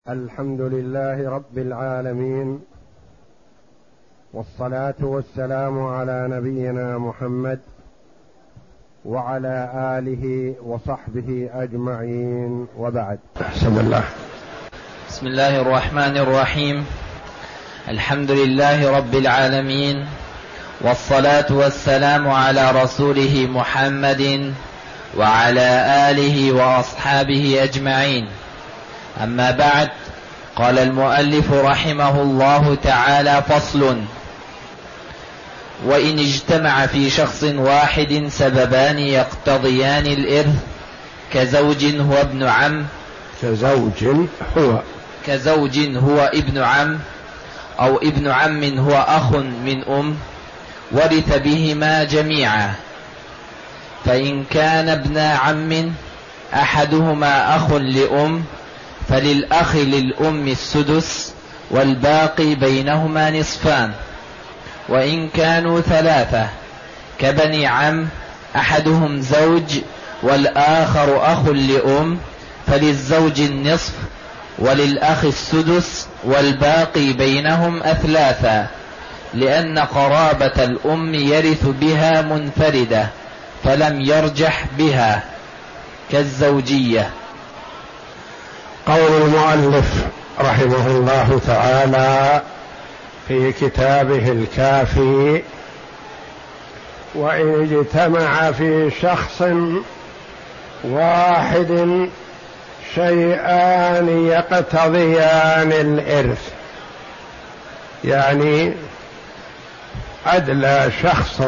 الحمد لله رب العالمين، والصلاة والسلام على نبينا محمد وعلى آله وصحبه أجمعين، وبعد. بسم الله الرحمن الرحيم. الحمد لله رب العالمين، والصلاة والسلام على رسوله محمد وعلى آله وأصحابه أجمعين. أما بعد، قال المؤلف رحمه الله تعالى: فصل: وإن اجتمع في شخص واحد سببان يقتضيان الإرث كزوج هو ابن عم كزوج هو ابن عم، أو ابن عم هو أخ من أم، ورث بهما جميعا. فإن كان ابن عم أحدهما أخ لأم فللأخ للأم السدس، والباقي بينهما نصفان. وإن كانوا ثلاثة كبني عم أحدهم زوج والآخر أخ لأم فللزوج النصف وللأخ السدس، والباقي بينهم أثلاثا، لأن قرابة الأم يرث بها منفردة فلم يرجح بها كالزوجية. قول المؤلف رحمه الله تعالى في كتابه الكافي: وإن اجتمع في شخص واحد شيئان يقتضيان الإرث، يعني أدلى شخص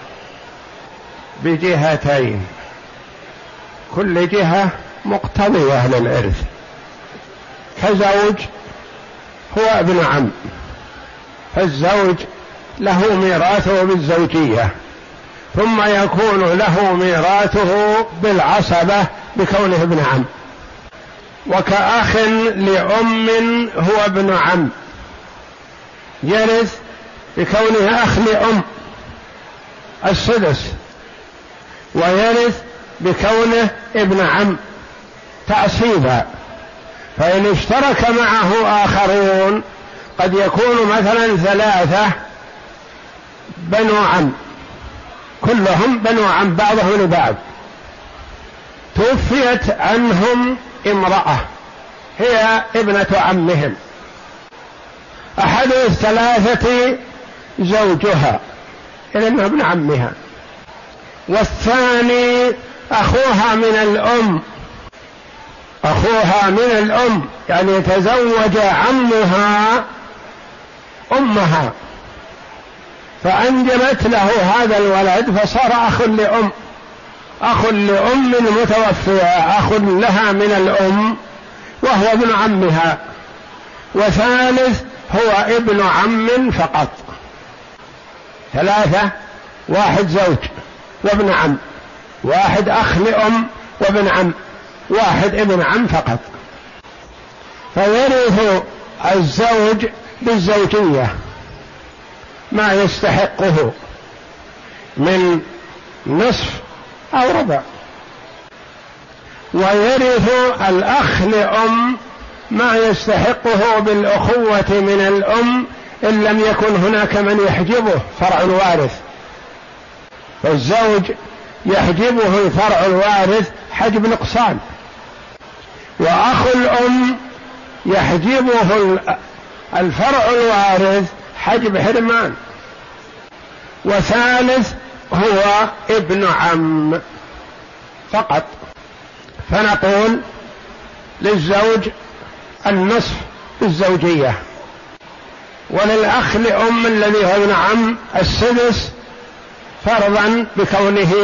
بجهتين، كل جهة مقتضية للإرث، كزوج هو ابن عم، فالزوج له ميراثه بالزوجية، ثم يكون له ميراثه بالعصبة بكونه ابن عم. وكأخ لأم هو ابن عم، يرث بكونه أخ لأم السدس، ويرث بكونه ابن عم تعصيبا. فإن اشترك معه آخرون، قد يكون مثلا ثلاثة بنو عم، كلهم بنو عم بعضهم لبعض، توفيت عنهم امرأة هي ابنة عمهم، أحد الثلاثة زوجها إنه ابن عمها، والثاني أخوها من الأم، يعني تزوج عمها أمها فأنجبت له هذا الولد، فصار أخ لأم متوفية، أخ لها من الأم وهو ابن عمها. وثالث هو ابن عم فقط، ثلاثة: واحد زوج وابن عم، واحد أخ لأم وابن عم، واحد ابن عم فقط. فيرث الزوج بالزوجية ما يستحقه من نصف أو ربع، ويرث الأخ لأم ما يستحقه بالأخوة من الأم إن لم يكن هناك من يحجبه فرع الوارث، فالزوج يحجبه فرع الوارث حجب نقصان، وأخو الأم يحجبه الفرع الوارث حجب حرمان. وثالث هو ابن عم فقط، فنقول للزوج النصف بالزوجية، وللأخ لأم الذي هو ابن عم السدس فرضا بكونه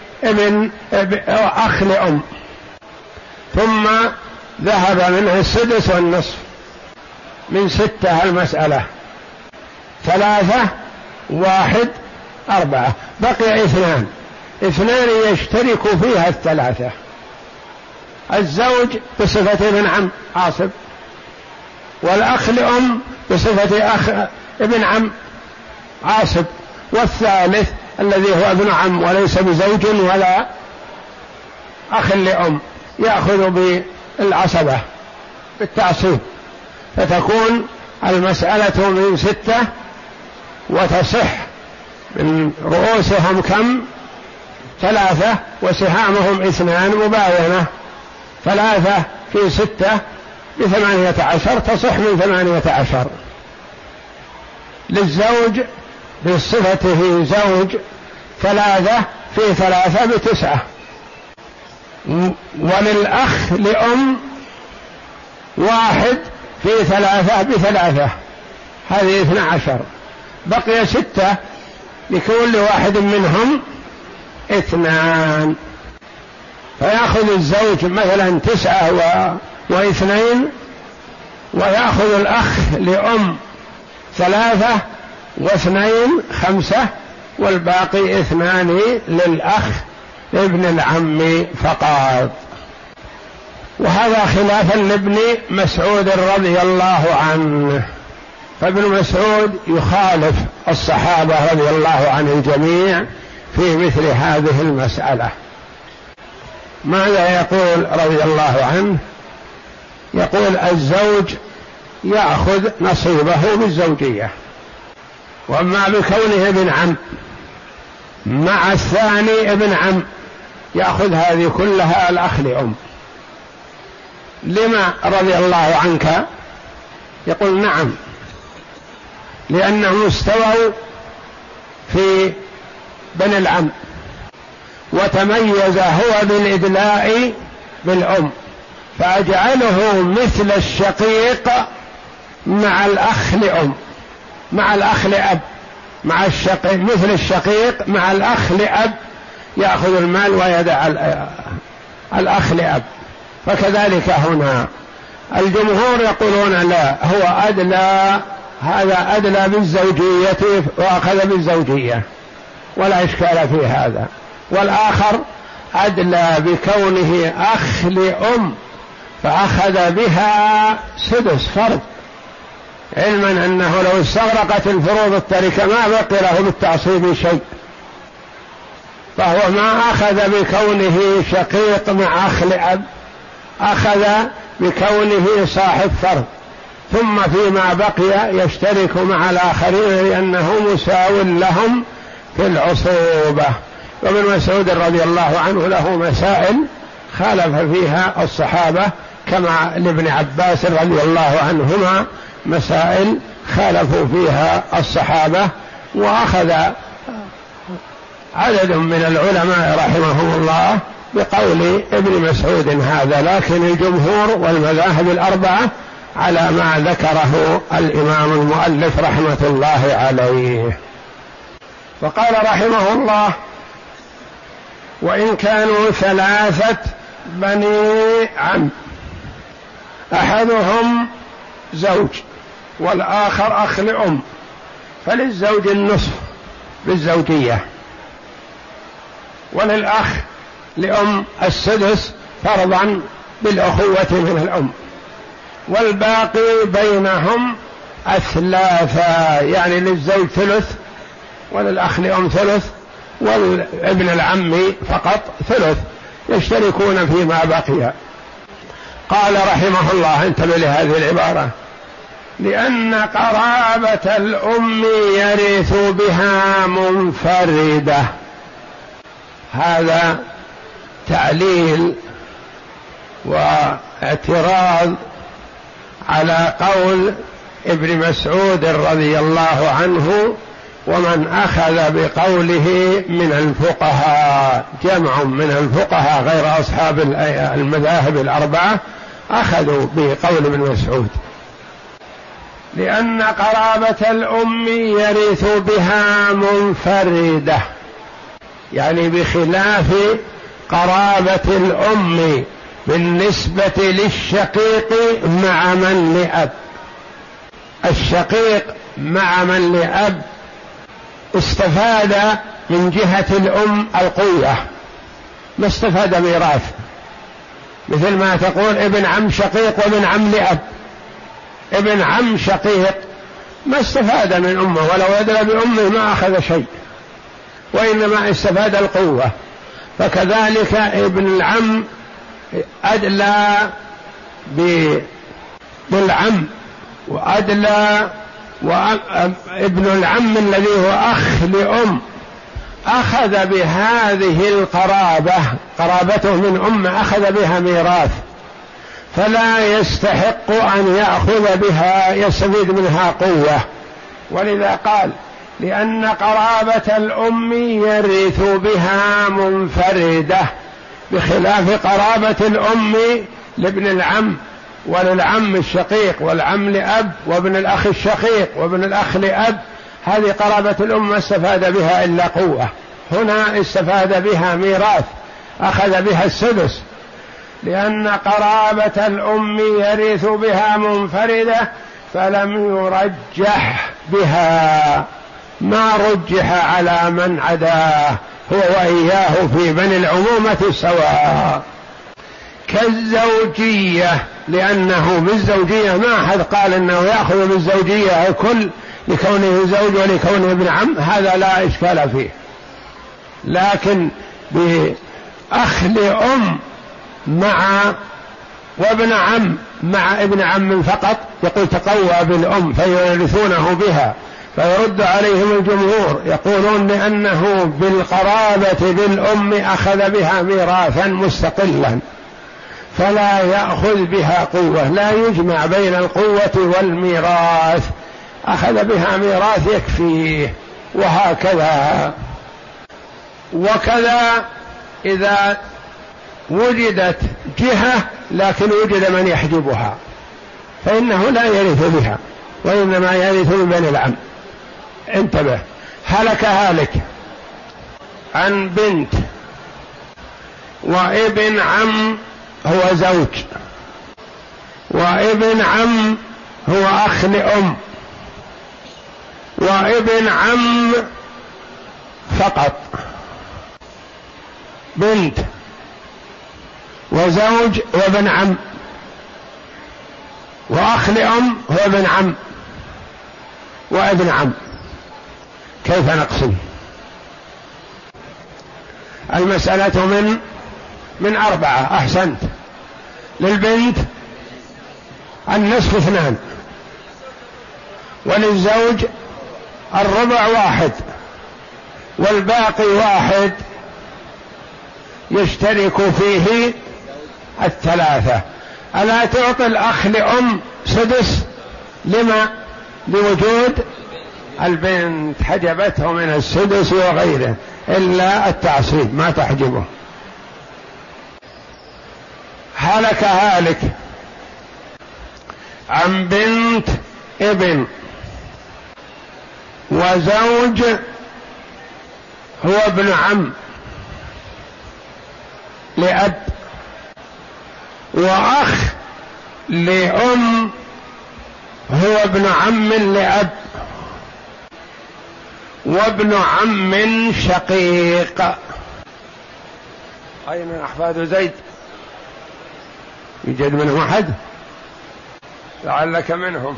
أخ لأم، ثم ذهب منه السدس والنصف، من 6 المسألة، 3 1 4، بقي 2 يشترك فيها الثلاثة: الزوج بصفة ابن عم عاصب، والأخ لأم بصفة ابن عم عاصب، والثالث الذي هو ابن عم وليس بزوج ولا أخ لأم يأخذ بالعصبة بالتعصيب. فتكون المسألة من 6 وتصح من رؤوسهم كم؟ 3 وسهامهم 2 مباينة، 3 في 6 ب18 تصح من 18. للزوج بصفته زوج 3 في 3 ب9، وللأخ لأم 1 في 3 ب3، هذه 12، بقي 6 لكل واحد منهم 2، فيأخذ الزوج مثلا 9 و2، ويأخذ الأخ لأم 3 و2 5، والباقي 2 للأخ ابن العم فقط. وهذا خلافا لابن مسعود رضي الله عنه، فابن مسعود يخالف الصحابة رضي الله عن الجميع في مثل هذه المسألة. ماذا يقول رضي الله عنه؟ يقول الزوج يأخذ نصيبه بالزوجية، وأما بكونه ابن عم مع الثاني ابن عم يأخذ هذه كلها الأخ لأم. لما رضي الله عنك؟ يقول نعم، لأنهم استووا في بني العم، وتميز هو بالإدلاء بالأم، فأجعله مثل الشقيق مع الأخ لأم، مع الأخ لأب، مع الشقيق مثل الشقيق مع الأخ لأب، يأخذ المال ويدع الأخ لأب. فكذلك هنا الجمهور يقولون لا، هو أدلى، هذا أدلى بالزوجية وأخذ بالزوجية ولا إشكال في هذا، والآخر أدلى بكونه أخ لأم فأخذ بها 6 فرض، علما أنه لو استغرقت الفروض التركة ما بقي له بالتعصيب شيء، فهو ما أخذ بكونه شقيق مع أخ لأب، أخذ بكونه صاحب فرض، ثم فيما بقي يشترك مع الآخرين لأنه مساو لهم في العصوبة. وابن مسعود رضي الله عنه له مسائل خالف فيها الصحابة، كما لابن عباس رضي الله عنهما مسائل خالفوا فيها الصحابة، وأخذ عدد من العلماء رحمهم الله بقول ابن مسعود هذا، لكن الجمهور والمذاهب الأربعة على ما ذكره الإمام المؤلف رحمة الله عليه. فقال رحمه الله: وإن كانوا 3 بني عم، أحدهم زوج والآخر أخ لأم، فللزوج النصف بالزوجية، وللأخ لأم 6 فرضا بالأخوة من الأم، والباقي بينهم 3، يعني للزوج 3 وللأخ لأم 3 والابن العم فقط 3، يشتركون فيما بقي. قال رحمه الله، انتبه لهذه العبارة: لأن قرابة الأم يرث بها منفردة. هذا تعليل واعتراض على قول ابن مسعود رضي الله عنه ومن أخذ بقوله من الفقهاء. جمع من الفقهاء غير أصحاب المذاهب الأربعة أخذوا بقول ابن مسعود: لأن قرابة الأم يرث بها منفردة، يعني بخلاف قرابة الأم بالنسبة للشقيق مع من لأب. الشقيق مع من لأب استفاد من جهة الأم القوة، ما استفاد ميراث، مثل ما تقول ابن عم شقيق وابن عم لأب. ابن عم شقيق ما استفاد من أمه، ولو أدلى بأمه ما أخذ شيء، وإنما استفاد القوة. فكذلك ابن العم أدلى بالعم وأدلى وابن العم الذي هو أخ لأم أخذ بهذه القرابة، قرابته من أم أخذ بها ميراث، فلا يستحق أن يأخذ بها يستفيد منها قوة. ولذا قال لأن قرابة الأم يرث بها منفردة، بخلاف قرابة الأم لابن العم وللعم الشقيق والعم لأب وابن الأخ الشقيق وابن الأخ لأب، هذه قرابة الأم ما استفاد بها إلا قوة. هنا استفاد بها ميراث، أخذ بها السدس، لأن قرابة الأم يرث بها منفردة فلم يرجح بها، ما رجح على من عداه، هو وإياه في بني العمومة سواء. كالزوجية، لأنه بالزوجية ما أحد قال أنه يأخذ بالزوجية الكل لكونه زوج ولكونه ابن عم، هذا لا إشكال فيه. لكن بأخ لأم مع وابن عم مع ابن عم فقط يقول تقوى بالأم فيورثونه بها، فيرد عليهم الجمهور يقولون لأنه بالقرابة بالأم أخذ بها ميراثا مستقلا فلا يأخذ بها قوة، لا يجمع بين القوة والميراث، أخذ بها ميراث يكفيه. وهكذا. وكذا إذا وجدت جهة لكن وجد من يحجبها فإنه لا يرث بها، وإنما يرث من بني العم. انتبه، هلك هالك عن بنت وابن عم هو زوج، وابن عم هو أخ لأم، وابن عم فقط، بنت وزوج وابن عم، وأخ لأم هو ابن عم وابن عم. كيف نقسم؟ المسألة من 4. أحسنت. للبنت النصف 2، وللزوج 1/4، والباقي 1 يشترك فيه 3. ألا تعطي الأخ لأم سدس؟ لما؟ لوجود البنت حجبته من السدس وغيره، إلا التعصيب ما تحجبه. هلك هالك عن بنت ابن وزوج هو ابن عم لأب، وأخ لأم هو ابن عم لأب، وابن عم شقيق. أين أحفاد زيد؟ يوجد منهم أحد؟ لعلك منهم.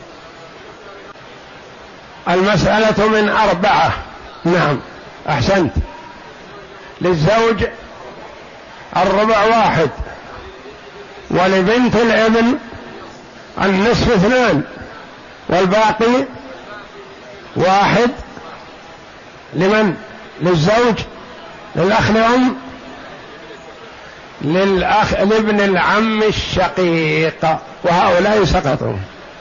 المسألة من 4. نعم أحسنت. للزوج 1/4، ولبنت الابن النصف 2، والباقي 1. لمن؟ للزوج، للأخ لأم، لابن العم الشقيق، وهؤلاء سقطوا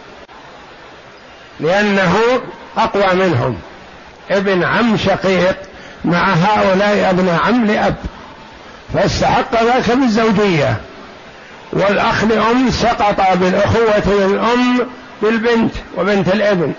لأنه أقوى منهم. ابن عم شقيق مع هؤلاء ابن عم لأب، فاستحق ذاك بالزوجية، والأخ لأم سقط بالأخوة للأم بالبنت وبنت الابن،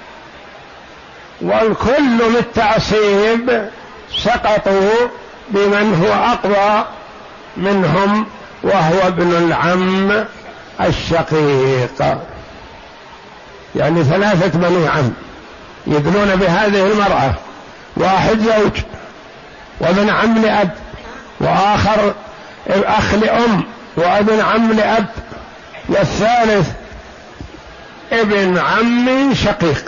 والكل بالتعصيب سقطوا بمن هو أقوى منهم وهو ابن العم الشقيق. يعني 3 بني عم يدلون بهذه المرأة، 1 زوج وابن عم لأب، وآخر أخ لأم وابن عم لأب، والثالث ابن عم شقيق.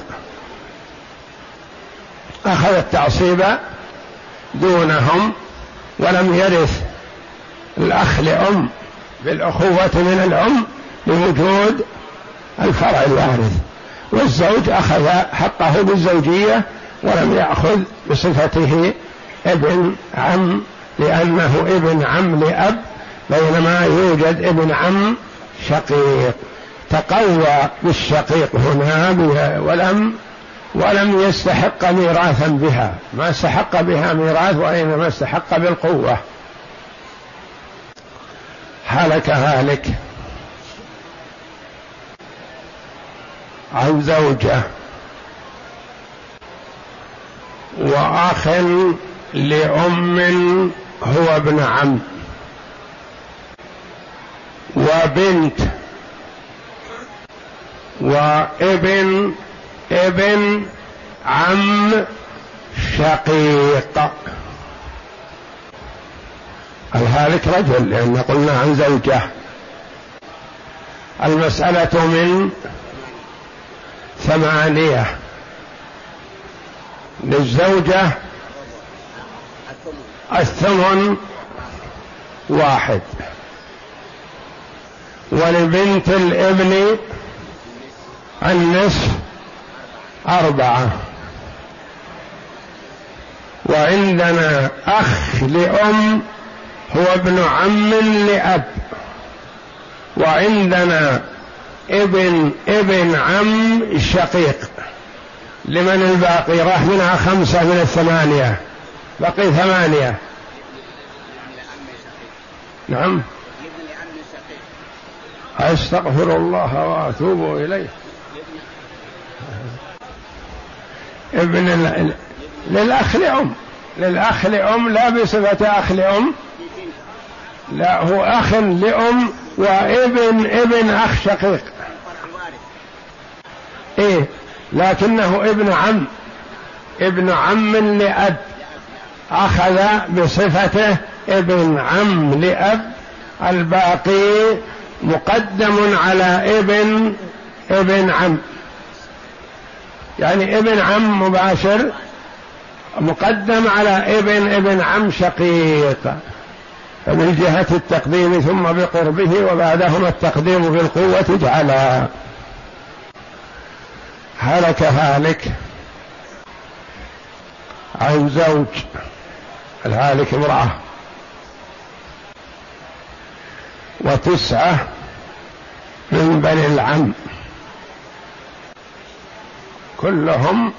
أخذ التعصيب دونهم، ولم يرث الأخ لأم بالأخوة من الأم لوجود الفرع الوارث، والزوج أخذ حقه بالزوجية ولم يأخذ بصفته ابن عم لأنه ابن عم لأب، بينما يوجد ابن عم شقيق تقوى بالشقيق هنا ولم يستحق ميراثا بها، ما استحق بها ميراث وإنما استحق بالقوة. هلك هالك عن زوجة وأخ لأم هو ابن عم وبنت وابن عم شقيق. الهالك رجل لأن قلنا عن زوجة. المسألة من 8، للزوجة 1/8، ولبنت الابن 1/4، وعندنا أخ لأم هو ابن عم لأب، وعندنا ابن عم شقيق. لمن الباقي؟ راح منها 5 من 8، بقي 8. نعم. أستغفر الله وأتوب إليه. للأخ لأم لا بصفة أخ لأم، لا هو أخ لأم وابن أخ شقيق. إيه لكنه ابن عم لأب، أخذ بصفته ابن عم لأب، الباقي مقدم على ابن عم، يعني ابن عم مباشر مقدم على ابن عم شقيق، فمن جهة التقديم ثم بقربه وبعدهما التقديم بالقوة جعلها. هلك هالك عن زوج، الهالك امرأة، 9 من بني العم، كلهم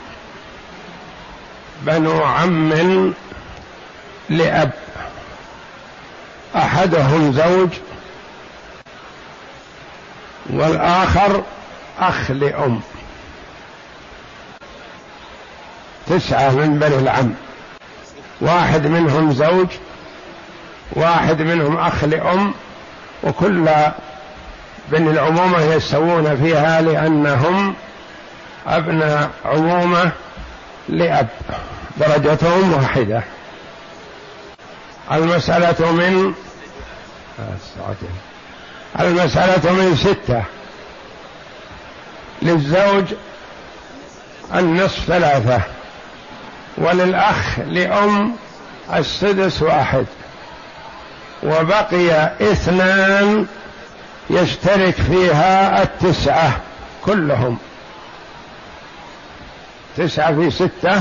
بنو عم لأب، أحدهم زوج والآخر أخ لأم. 9 من بني العم، 1 منهم زوج، 1 منهم أخ لأم، وكل بني العمومة يستوون فيها لأنهم أبناء عمومة لأب، درجتهم واحدة. المسألة من 6، للزوج 1/3، وللأخ لأم 1/6، وبقي 2 يشترك فيها 9 كلهم. 9 في 6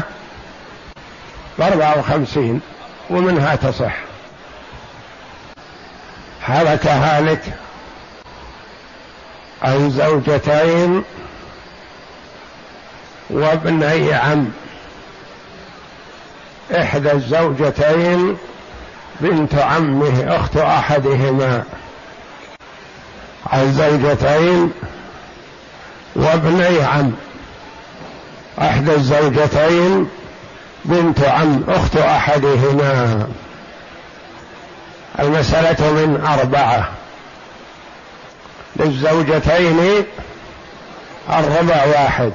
ب54، ومنها تصح. هلك هالك عن زوجتين وابني عم. إحدى الزوجتين بنت عمه أخت أحدهما، عن زوجتين وابني عم. إحدى الزوجتين بنت عم أخت أحدهما. المسألة من 4، للزوجتين 1/4،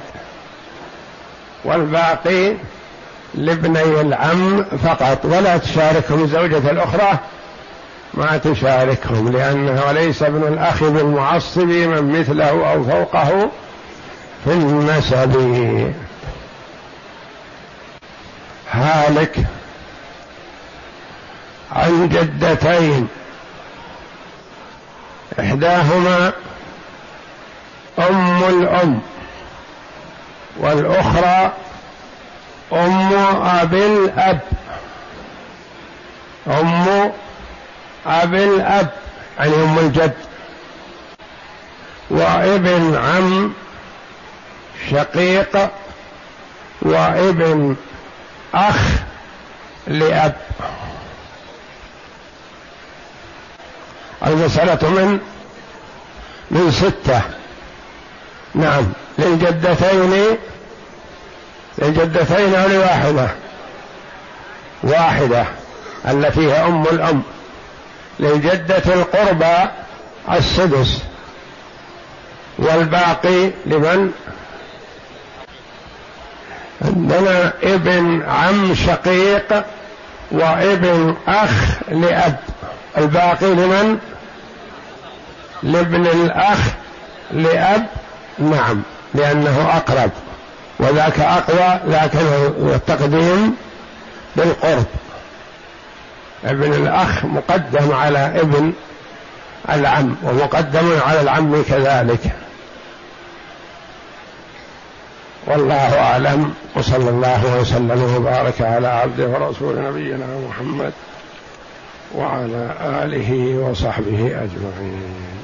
والباقي لابني العم فقط، ولا تشاركهم الزوجة الأخرى، ما تشاركهم، لأنه ليس ابن الأخ بالمعصب من مثله أو فوقه في النسب. هالك عن جدتين، إحداهما أم أم الأم، والأخرى أم أبي الأب، أم أبي الأب يعني أم الجد، وابن عم شقيق، وابن أخ لأب. المسألة من 6. نعم، للجدتين أو لواحدة؟ واحدة التي هي أم الأم. للجدة القربى 6، والباقي لمن؟ عندنا ابن عم شقيق وابن أخ لأب، الباقي لمن؟ لابن الأخ لأب. نعم، لأنه أقرب، وذاك أقوى، لكن التقديم بالقرب. ابن الأخ مقدم على ابن العم، ومقدم على العم كذلك. والله أعلم، وصلى الله وسلم وبارك على عبده ورسول نبينا محمد وعلى آله وصحبه أجمعين.